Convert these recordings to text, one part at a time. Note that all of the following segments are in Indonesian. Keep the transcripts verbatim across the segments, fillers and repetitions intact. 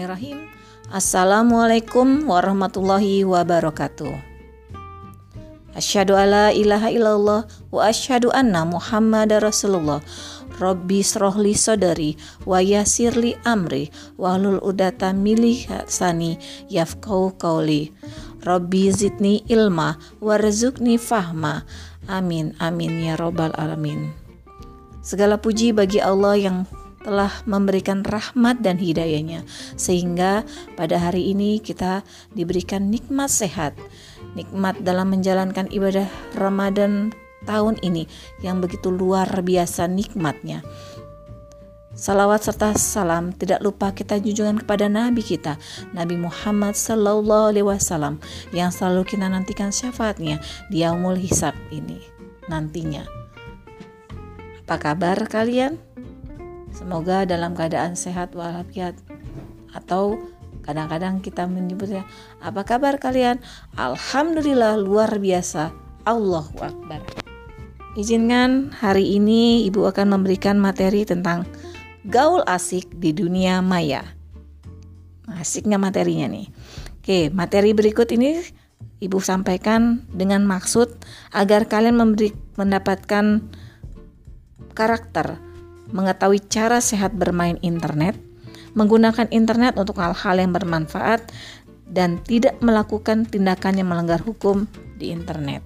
Bismillahirrahmanirrahim. Assalamualaikum warahmatullahi wabarakatuh. Asyhadu alla ilaha illallah wa asyhadu anna Muhammadar Rasulullah. Rabbi srohli sodari wa yasirli amri wahlul udatan min lisani yafqahu qauli. Rabbi zidni ilma warzuqni fahma. Amin amin ya rabbal alamin. Segala puji bagi Allah yang telah memberikan rahmat dan hidayahnya, sehingga pada hari ini kita diberikan nikmat sehat, nikmat dalam menjalankan ibadah Ramadan tahun ini yang begitu luar biasa nikmatnya. Salawat serta salam tidak lupa kita junjungan kepada Nabi kita, Nabi Muhammad Sallallahu Alaihi Wasallam, yang selalu kita nantikan syafaatnya di yaumul hisab ini nantinya. Apa kabar kalian? Semoga dalam keadaan sehat walafiat, atau kadang-kadang kita menyebutnya, apa kabar kalian? Alhamdulillah luar biasa. Allahu Akbar. Izinkan hari ini Ibu akan memberikan materi tentang gaul asik di dunia maya. Asik gak materinya nih? Oke, materi berikut ini Ibu sampaikan dengan maksud agar kalian memberi, mendapatkan karakter, mengetahui cara sehat bermain internet, menggunakan internet untuk hal-hal yang bermanfaat, dan tidak melakukan tindakan yang melanggar hukum di internet.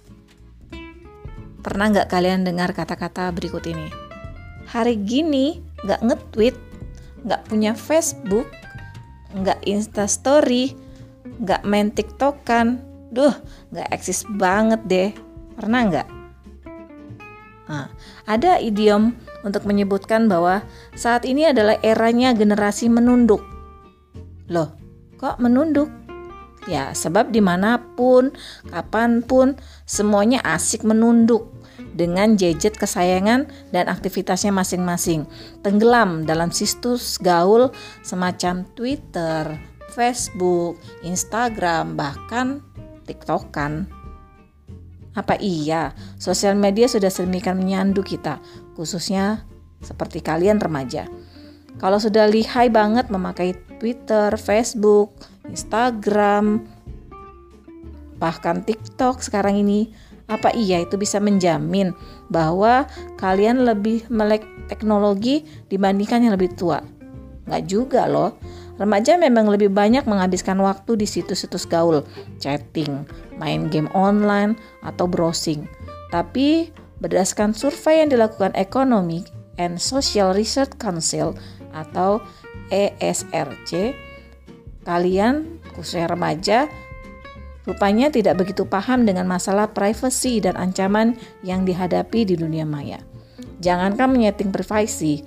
Pernah gak kalian dengar kata-kata berikut ini? Hari gini gak nge-tweet, gak punya Facebook, gak Instastory, gak main TikTokan, duh gak eksis banget deh. Pernah gak? Nah, ada idiom untuk menyebutkan bahwa saat ini adalah eranya generasi menunduk. Loh, kok menunduk? Ya, sebab dimanapun, kapanpun, semuanya asik menunduk dengan gadget kesayangan dan aktivitasnya masing-masing. Tenggelam dalam situs gaul semacam Twitter, Facebook, Instagram, bahkan TikTokan. Apa iya sosial media sudah sedemikian menyandu kita, khususnya seperti kalian remaja? Kalau sudah lihai banget memakai Twitter, Facebook, Instagram, bahkan TikTok sekarang ini, apa iya itu bisa menjamin bahwa kalian lebih melek teknologi dibandingkan yang lebih tua? Nggak juga loh. Remaja memang lebih banyak menghabiskan waktu di situs-situs gaul, chatting, main game online, atau browsing. Tapi berdasarkan survei yang dilakukan Economic and Social Research Council atau E S R C, kalian khususnya remaja rupanya tidak begitu paham dengan masalah privasi dan ancaman yang dihadapi di dunia maya. Jangankan menyeting privasi,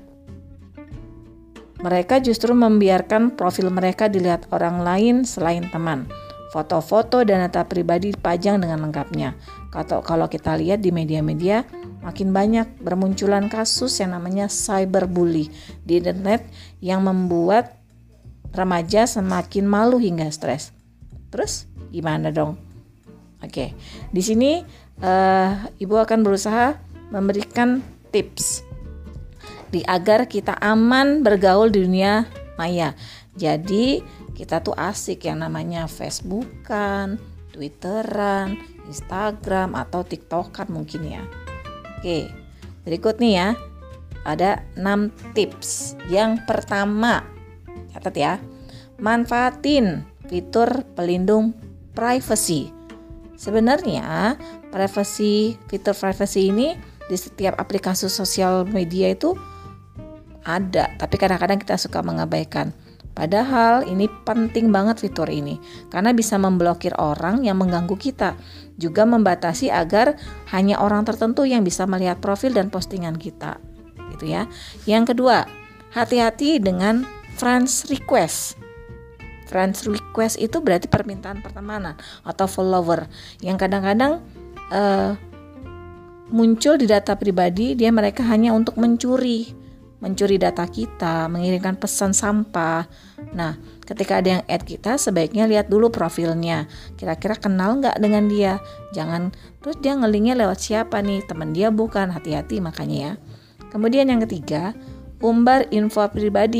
mereka justru membiarkan profil mereka dilihat orang lain selain teman. Foto-foto dan data pribadi dipajang dengan lengkapnya. Kalau, kalau kita lihat di media-media, makin banyak bermunculan kasus yang namanya cyberbully di internet yang membuat remaja semakin malu hingga stres. Terus gimana dong? Oke, di sini uh, Ibu akan berusaha memberikan tips di agar kita aman bergaul di dunia maya. Jadi kita tuh asik yang namanya Facebookan, Twitteran, Instagram, atau TikTokan mungkin ya. Oke, berikut nih ya, ada enam tips. Yang pertama, catat ya, manfaatin fitur pelindung privasi. Sebenarnya privasi, fitur privasi ini di setiap aplikasi sosial media itu ada, tapi kadang-kadang kita suka mengabaikan. Padahal ini penting banget fitur ini, karena bisa memblokir orang yang mengganggu kita, juga membatasi agar hanya orang tertentu yang bisa melihat profil dan postingan kita, gitu ya. Yang kedua, hati-hati dengan friends request. Friends request itu berarti permintaan pertemanan atau follower yang kadang-kadang uh, muncul di data pribadi. Dia mereka hanya untuk mencuri mencuri data kita, mengirimkan pesan sampah. Nah, ketika ada yang add kita, sebaiknya lihat dulu profilnya. Kira-kira kenal nggak dengan dia? Jangan terus dia ngelingnya lewat siapa nih? Teman dia bukan, hati-hati makanya ya. Kemudian yang ketiga, umbar info pribadi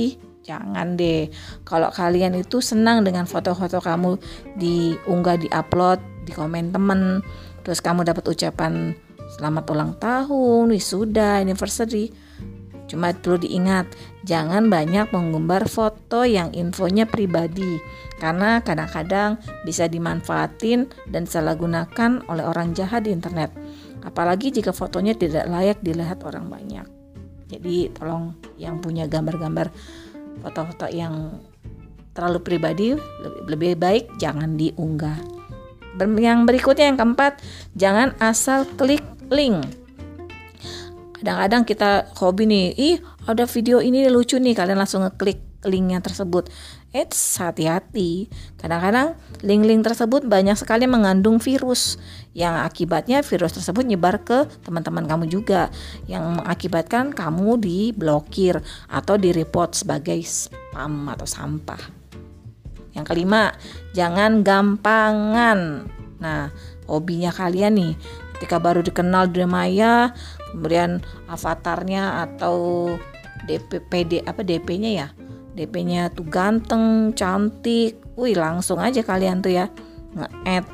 Jangan deh. Kalau kalian itu senang dengan foto-foto kamu diunggah, diupload, di komen temen, terus kamu dapat ucapan selamat ulang tahun, wisuda, anniversary, cuma perlu diingat, jangan banyak mengumbar foto yang infonya pribadi, karena kadang-kadang bisa dimanfaatin dan disalahgunakan oleh orang jahat di internet. Apalagi jika fotonya tidak layak dilihat orang banyak. Jadi tolong yang punya gambar-gambar foto-foto yang terlalu pribadi, lebih, lebih baik jangan diunggah. Yang berikutnya, yang keempat, jangan asal klik link. Kadang-kadang kita hobi nih, ih ada video ini lucu nih, kalian langsung ngeklik linknya tersebut. Eits, hati-hati. Kadang-kadang link-link tersebut banyak sekali mengandung virus, yang akibatnya virus tersebut nyebar ke teman-teman kamu juga, yang mengakibatkan kamu diblokir atau direport sebagai spam atau sampah. Yang kelima, jangan gampangan. Nah, hobinya kalian nih, ketika baru dikenal di dunia maya, kemudian avatarnya atau D P P D apa D P-nya ya, D P-nya tuh ganteng, cantik, wih langsung aja kalian tuh ya nge-add.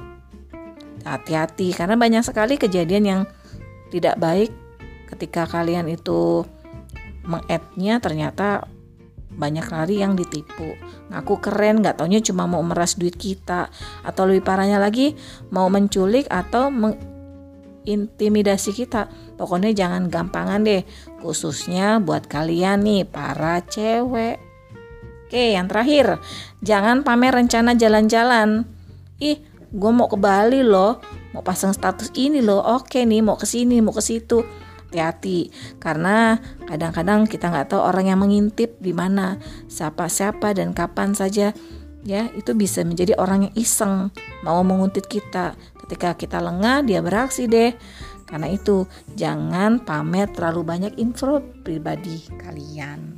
Hati-hati, karena banyak sekali kejadian yang tidak baik ketika kalian itu meng-add-nya, ternyata banyak lari yang ditipu, ngaku keren, gak taunya cuma mau meras duit kita, atau lebih parahnya lagi mau menculik atau mengintimidasi kita. Pokoknya jangan gampangan deh, khususnya buat kalian nih para cewek. Oke, yang terakhir, jangan pamer rencana jalan-jalan. Ih, gue mau ke Bali loh, mau pasang status ini loh, oke nih mau ke sini, mau ke situ. Hati-hati, karena kadang-kadang kita nggak tahu orang yang mengintip di mana, siapa-siapa dan kapan saja. Ya, itu bisa menjadi orang yang iseng, mau menguntit kita. Ketika kita lengah, dia beraksi deh. Karena itu, jangan pamer terlalu banyak info pribadi kalian.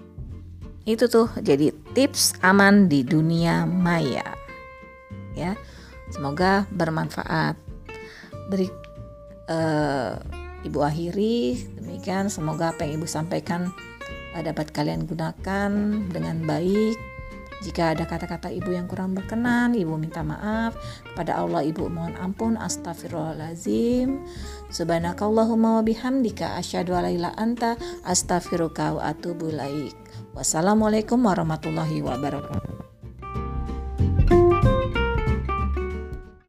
Itu tuh jadi tips aman di dunia maya. Ya, semoga bermanfaat. Beri uh, Ibu akhiri demikian, semoga apa yang Ibu sampaikan uh, dapat kalian gunakan dengan baik. Jika ada kata-kata Ibu yang kurang berkenan, Ibu minta maaf. Kepada Allah Ibu mohon ampun. Astaghfirullahaladzim. Subhanakallahumma wa bihamdika asyhadu an la ilaha illa anta astaghfiruka wa atubu ilaik. Wassalamualaikum warahmatullahi wabarakatuh.